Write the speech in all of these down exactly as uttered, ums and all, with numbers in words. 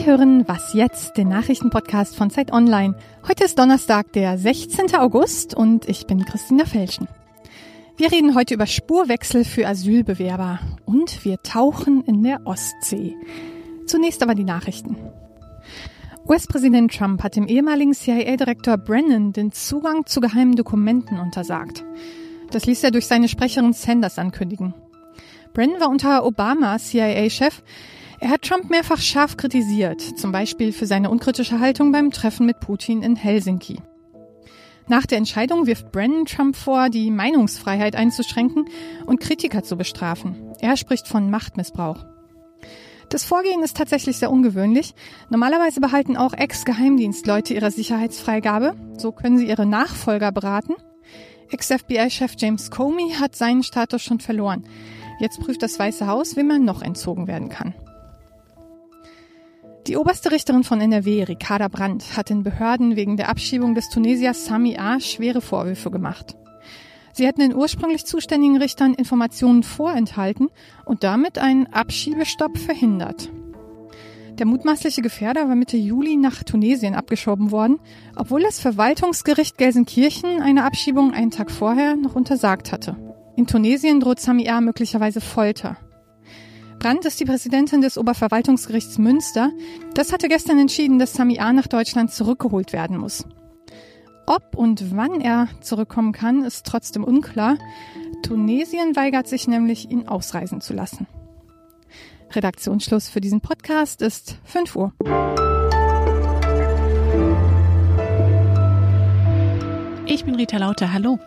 Sie hören Was jetzt?, den Nachrichtenpodcast von Zeit Online. Heute ist Donnerstag, der sechzehnten August und ich bin Christina Felschen. Wir reden heute über Spurwechsel für Asylbewerber und wir tauchen in der Ostsee. Zunächst aber die Nachrichten. U S-Präsident Trump hat dem ehemaligen C I A-Direktor Brennan den Zugang zu geheimen Dokumenten untersagt. Das ließ er durch seine Sprecherin Sanders ankündigen. Brennan war unter Obama C I A-Chef. Er hat Trump mehrfach scharf kritisiert, zum Beispiel für seine unkritische Haltung beim Treffen mit Putin in Helsinki. Nach der Entscheidung wirft Brennan Trump vor, die Meinungsfreiheit einzuschränken und Kritiker zu bestrafen. Er spricht von Machtmissbrauch. Das Vorgehen ist tatsächlich sehr ungewöhnlich. Normalerweise behalten auch Ex-Geheimdienstleute ihre Sicherheitsfreigabe. So können sie ihre Nachfolger beraten. Ex-F B I-Chef James Comey hat seinen Status schon verloren. Jetzt prüft das Weiße Haus, wem er noch entzogen werden kann. Die oberste Richterin von N R W, Ricarda Brandt, hat den Behörden wegen der Abschiebung des Tunesiers Sami A. schwere Vorwürfe gemacht. Sie hätten den ursprünglich zuständigen Richtern Informationen vorenthalten und damit einen Abschiebestopp verhindert. Der mutmaßliche Gefährder war Mitte Juli nach Tunesien abgeschoben worden, obwohl das Verwaltungsgericht Gelsenkirchen eine Abschiebung einen Tag vorher noch untersagt hatte. In Tunesien droht Sami A. möglicherweise Folter. Brandt ist die Präsidentin des Oberverwaltungsgerichts Münster. Das hatte gestern entschieden, dass Sami A. nach Deutschland zurückgeholt werden muss. Ob und wann er zurückkommen kann, ist trotzdem unklar. Tunesien weigert sich nämlich, ihn ausreisen zu lassen. Redaktionsschluss für diesen Podcast ist fünf Uhr. Ich bin Rita Lauter, hallo.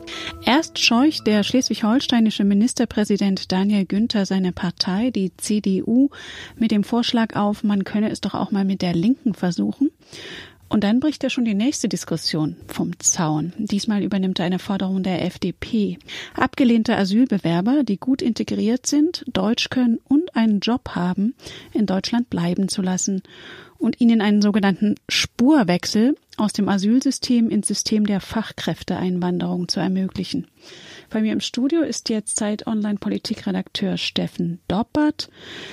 Erst scheucht der schleswig-holsteinische Ministerpräsident Daniel Günther seine Partei, die C D U, mit dem Vorschlag auf, man könne es doch auch mal mit der Linken versuchen. Und dann bricht er schon die nächste Diskussion vom Zaun. Diesmal übernimmt er eine Forderung der F D P. Abgelehnte Asylbewerber, die gut integriert sind, Deutsch können und einen Job haben, in Deutschland bleiben zu lassen und ihnen einen sogenannten Spurwechsel aus dem Asylsystem ins System der Fachkräfteeinwanderung zu ermöglichen. Bei mir im Studio ist jetzt Zeit Online-Politikredakteur Steffen Doppert.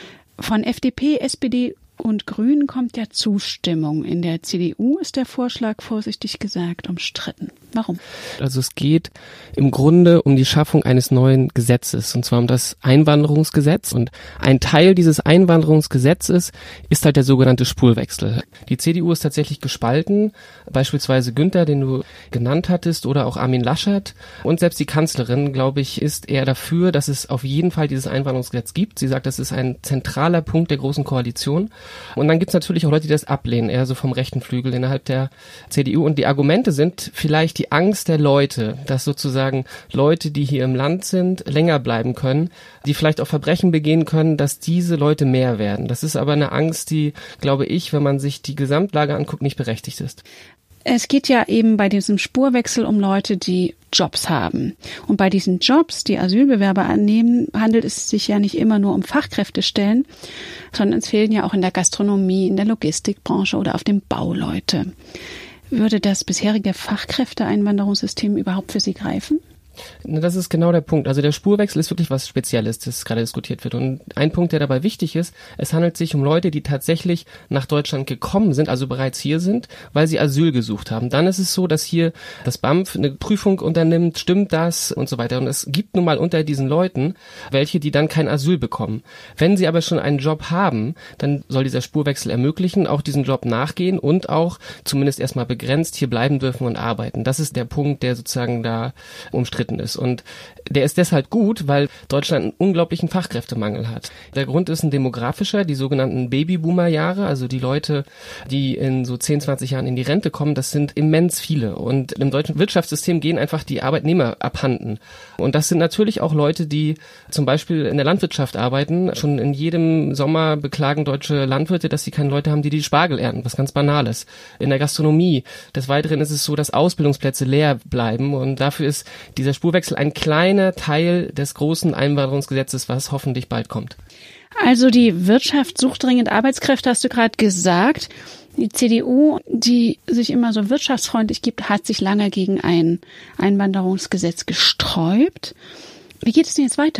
Von F D P, S P D und Grünen kommt ja Zustimmung. In der C D U ist der Vorschlag, vorsichtig gesagt, umstritten. Warum? Also es geht im Grunde um die Schaffung eines neuen Gesetzes, und zwar um das Einwanderungsgesetz. Und ein Teil dieses Einwanderungsgesetzes ist halt der sogenannte Spurwechsel. Die C D U ist tatsächlich gespalten, beispielsweise Günther, den du genannt hattest, oder auch Armin Laschet. Und selbst die Kanzlerin, glaube ich, ist eher dafür, dass es auf jeden Fall dieses Einwanderungsgesetz gibt. Sie sagt, das ist ein zentraler Punkt der Großen Koalition. Und dann gibt es natürlich auch Leute, die das ablehnen, eher so vom rechten Flügel innerhalb der C D U. Und die Argumente sind vielleicht die Angst der Leute, dass sozusagen Leute, die hier im Land sind, länger bleiben können, die vielleicht auch Verbrechen begehen können, dass diese Leute mehr werden. Das ist aber eine Angst, die, glaube ich, wenn man sich die Gesamtlage anguckt, nicht berechtigt ist. Es geht ja eben bei diesem Spurwechsel um Leute, die Jobs haben. Und bei diesen Jobs, die Asylbewerber annehmen, handelt es sich ja nicht immer nur um Fachkräftestellen, sondern es fehlen ja auch in der Gastronomie, in der Logistikbranche oder auf dem Bau Leute. Würde das bisherige Fachkräfteeinwanderungssystem überhaupt für Sie greifen? Das ist genau der Punkt. Also der Spurwechsel ist wirklich was Spezielles, das gerade diskutiert wird. Und ein Punkt, der dabei wichtig ist, es handelt sich um Leute, die tatsächlich nach Deutschland gekommen sind, also bereits hier sind, weil sie Asyl gesucht haben. Dann ist es so, dass hier das B A M F eine Prüfung unternimmt, stimmt das und so weiter. Und es gibt nun mal unter diesen Leuten welche, die dann kein Asyl bekommen. Wenn sie aber schon einen Job haben, dann soll dieser Spurwechsel ermöglichen, auch diesen Job nachgehen und auch zumindest erstmal begrenzt hier bleiben dürfen und arbeiten. Das ist der Punkt, der sozusagen da umstritten ist. Und der ist deshalb gut, weil Deutschland einen unglaublichen Fachkräftemangel hat. Der Grund ist ein demografischer, die sogenannten Babyboomer-Jahre, also die Leute, die in so zehn, zwanzig Jahren in die Rente kommen, das sind immens viele. Und im deutschen Wirtschaftssystem gehen einfach die Arbeitnehmer abhanden. Und das sind natürlich auch Leute, die zum Beispiel in der Landwirtschaft arbeiten. Schon in jedem Sommer beklagen deutsche Landwirte, dass sie keine Leute haben, die die Spargel ernten, was ganz Banales. In der Gastronomie. Des Weiteren ist es so, dass Ausbildungsplätze leer bleiben. Und dafür ist dieser Spurwechsel ein kleiner Teil des großen Einwanderungsgesetzes, was hoffentlich bald kommt. Also die Wirtschaft sucht dringend Arbeitskräfte, hast du gerade gesagt. Die C D U, die sich immer so wirtschaftsfreundlich gibt, hat sich lange gegen ein Einwanderungsgesetz gesträubt. Wie geht es denn jetzt weiter?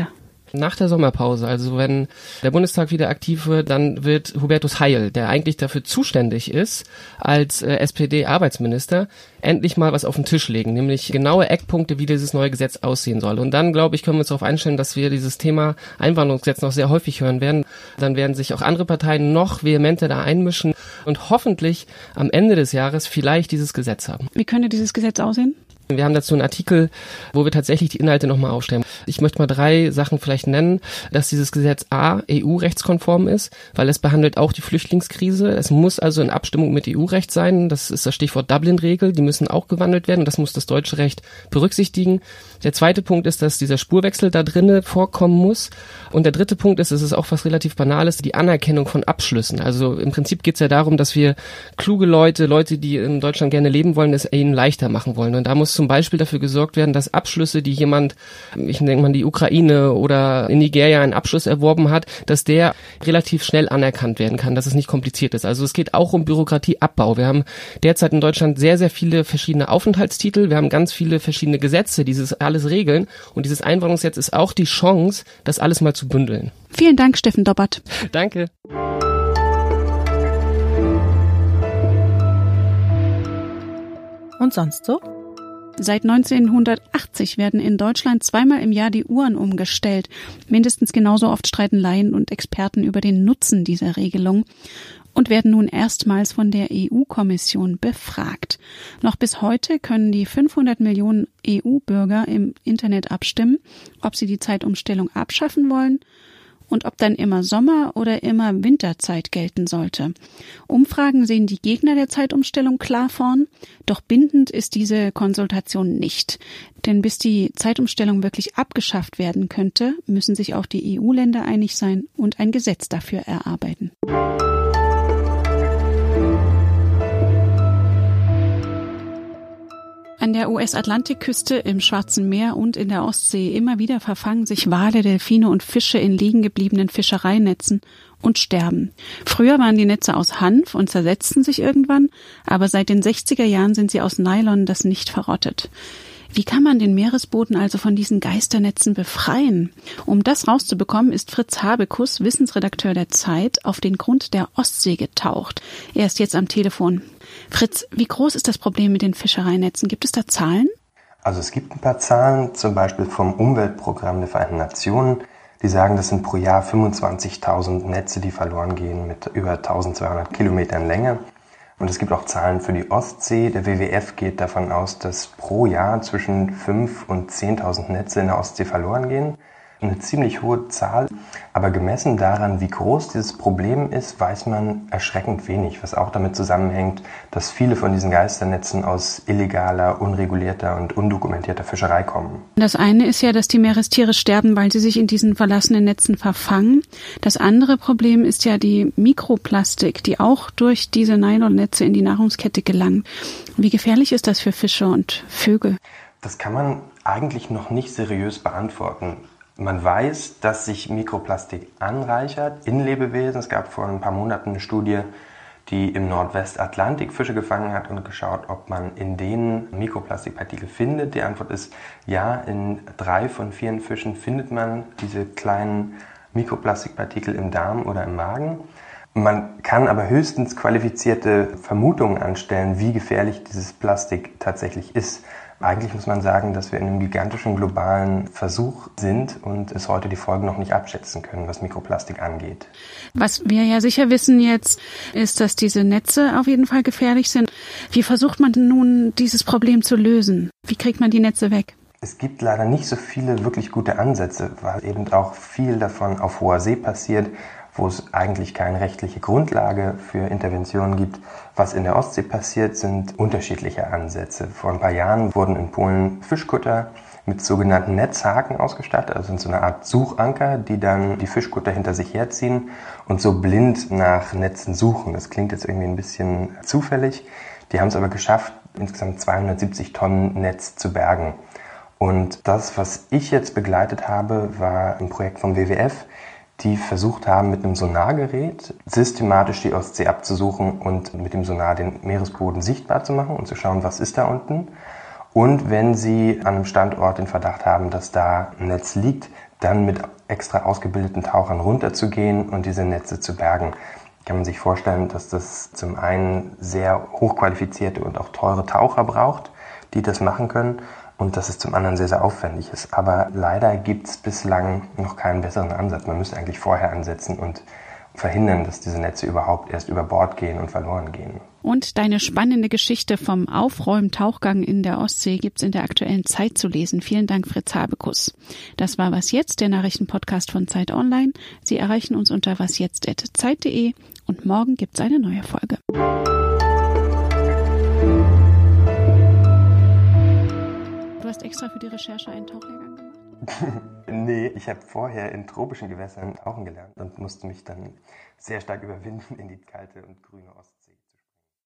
Nach der Sommerpause, also wenn der Bundestag wieder aktiv wird, dann wird Hubertus Heil, der eigentlich dafür zuständig ist, als äh, S P D-Arbeitsminister, endlich mal was auf den Tisch legen, nämlich genaue Eckpunkte, wie dieses neue Gesetz aussehen soll. Und dann, glaube ich, können wir uns darauf einstellen, dass wir dieses Thema Einwanderungsgesetz noch sehr häufig hören werden. Dann werden sich auch andere Parteien noch vehementer da einmischen und hoffentlich am Ende des Jahres vielleicht dieses Gesetz haben. Wie könnte dieses Gesetz aussehen? Wir haben dazu einen Artikel, wo wir tatsächlich die Inhalte nochmal aufstellen. Ich möchte mal drei Sachen vielleicht nennen, dass dieses Gesetz A, E U-rechtskonform ist, weil es behandelt auch die Flüchtlingskrise. Es muss also in Abstimmung mit E U-Recht sein. Das ist das Stichwort Dublin-Regel. Die müssen auch gewandelt werden. Das muss das deutsche Recht berücksichtigen. Der zweite Punkt ist, dass dieser Spurwechsel da drinnen vorkommen muss. Und der dritte Punkt ist, es ist auch was relativ Banales, die Anerkennung von Abschlüssen. Also im Prinzip geht es ja darum, dass wir kluge Leute, Leute, die in Deutschland gerne leben wollen, es ihnen leichter machen wollen. Und da muss zum Beispiel dafür gesorgt werden, dass Abschlüsse, die jemand, ich denke mal die Ukraine oder in Nigeria einen Abschluss erworben hat, dass der relativ schnell anerkannt werden kann, dass es nicht kompliziert ist. Also es geht auch um Bürokratieabbau. Wir haben derzeit in Deutschland sehr, sehr viele verschiedene Aufenthaltstitel. Wir haben ganz viele verschiedene Gesetze, die dieses alles regeln. Und dieses Einwanderungsgesetz ist auch die Chance, das alles mal zu bündeln. Vielen Dank, Steffen Doppert. Danke. Und sonst so? Seit neunzehnhundertachtzig werden in Deutschland zweimal im Jahr die Uhren umgestellt. Mindestens genauso oft streiten Laien und Experten über den Nutzen dieser Regelung und werden nun erstmals von der E U-Kommission befragt. Noch bis heute können die fünfhundert Millionen E U-Bürger im Internet abstimmen, ob sie die Zeitumstellung abschaffen wollen und ob dann immer Sommer- oder immer Winterzeit gelten sollte. Umfragen sehen die Gegner der Zeitumstellung klar vorn, doch bindend ist diese Konsultation nicht. Denn bis die Zeitumstellung wirklich abgeschafft werden könnte, müssen sich auch die E U-Länder einig sein und ein Gesetz dafür erarbeiten. An der U S-Atlantikküste, im Schwarzen Meer und in der Ostsee immer wieder verfangen sich Wale, Delfine und Fische in liegen gebliebenen Fischereinetzen und sterben. Früher waren die Netze aus Hanf und zersetzten sich irgendwann, aber seit den sechziger Jahren sind sie aus Nylon, das nicht verrottet. Wie kann man den Meeresboden also von diesen Geisternetzen befreien? Um das rauszubekommen, ist Fritz Habekus, Wissensredakteur der Zeit, auf den Grund der Ostsee getaucht. Er ist jetzt am Telefon. Fritz, wie groß ist das Problem mit den Fischereinetzen? Gibt es da Zahlen? Also es gibt ein paar Zahlen, zum Beispiel vom Umweltprogramm der Vereinten Nationen. Die sagen, das sind pro Jahr fünfundzwanzigtausend Netze, die verloren gehen mit über eintausendzweihundert Kilometern Länge. Und es gibt auch Zahlen für die Ostsee. Der W W F geht davon aus, dass pro Jahr zwischen fünftausend und zehntausend Netze in der Ostsee verloren gehen. Eine ziemlich hohe Zahl, aber gemessen daran, wie groß dieses Problem ist, weiß man erschreckend wenig, was auch damit zusammenhängt, dass viele von diesen Geisternetzen aus illegaler, unregulierter und undokumentierter Fischerei kommen. Das eine ist ja, dass die Meerestiere sterben, weil sie sich in diesen verlassenen Netzen verfangen. Das andere Problem ist ja die Mikroplastik, die auch durch diese Nylonnetze in die Nahrungskette gelangt. Wie gefährlich ist das für Fische und Vögel? Das kann man eigentlich noch nicht seriös beantworten. Man weiß, dass sich Mikroplastik anreichert in Lebewesen. Es gab vor ein paar Monaten eine Studie, die im Nordwestatlantik Fische gefangen hat und geschaut, ob man in denen Mikroplastikpartikel findet. Die Antwort ist ja, in drei von vier Fischen findet man diese kleinen Mikroplastikpartikel im Darm oder im Magen. Man kann aber höchstens qualifizierte Vermutungen anstellen, wie gefährlich dieses Plastik tatsächlich ist. Eigentlich muss man sagen, dass wir in einem gigantischen globalen Versuch sind und es heute die Folgen noch nicht abschätzen können, was Mikroplastik angeht. Was wir ja sicher wissen jetzt, ist, dass diese Netze auf jeden Fall gefährlich sind. Wie versucht man denn nun, dieses Problem zu lösen? Wie kriegt man die Netze weg? Es gibt leider nicht so viele wirklich gute Ansätze, weil eben auch viel davon auf hoher See passiert, wo es eigentlich keine rechtliche Grundlage für Interventionen gibt. Was in der Ostsee passiert, sind unterschiedliche Ansätze. Vor ein paar Jahren wurden in Polen Fischkutter mit sogenannten Netzhaken ausgestattet, also sind so eine Art Suchanker, die dann die Fischkutter hinter sich herziehen und so blind nach Netzen suchen. Das klingt jetzt irgendwie ein bisschen zufällig. Die haben es aber geschafft, insgesamt zweihundertsiebzig Tonnen Netz zu bergen. Und das, was ich jetzt begleitet habe, war ein Projekt vom W W F, die versucht haben, mit einem Sonargerät systematisch die Ostsee abzusuchen und mit dem Sonar den Meeresboden sichtbar zu machen und zu schauen, was ist da unten. Und wenn sie an einem Standort den Verdacht haben, dass da ein Netz liegt, dann mit extra ausgebildeten Tauchern runterzugehen und diese Netze zu bergen. Kann man sich vorstellen, dass das zum einen sehr hochqualifizierte und auch teure Taucher braucht, die das machen können, und dass es zum anderen sehr, sehr aufwendig ist. Aber leider gibt es bislang noch keinen besseren Ansatz. Man müsste eigentlich vorher ansetzen und verhindern, dass diese Netze überhaupt erst über Bord gehen und verloren gehen. Und deine spannende Geschichte vom Aufräumen-Tauchgang in der Ostsee gibt's in der aktuellen Zeit zu lesen. Vielen Dank, Fritz Habekus. Das war Was Jetzt, der Nachrichtenpodcast von Zeit Online. Sie erreichen uns unter wasjetzt punkt zeit punkt de und morgen gibt's eine neue Folge. Du hast extra für die Recherche einen Tauchlehrgang gemacht? Nee, ich habe vorher in tropischen Gewässern tauchen gelernt und musste mich dann sehr stark überwinden in die kalte und grüne Ostsee.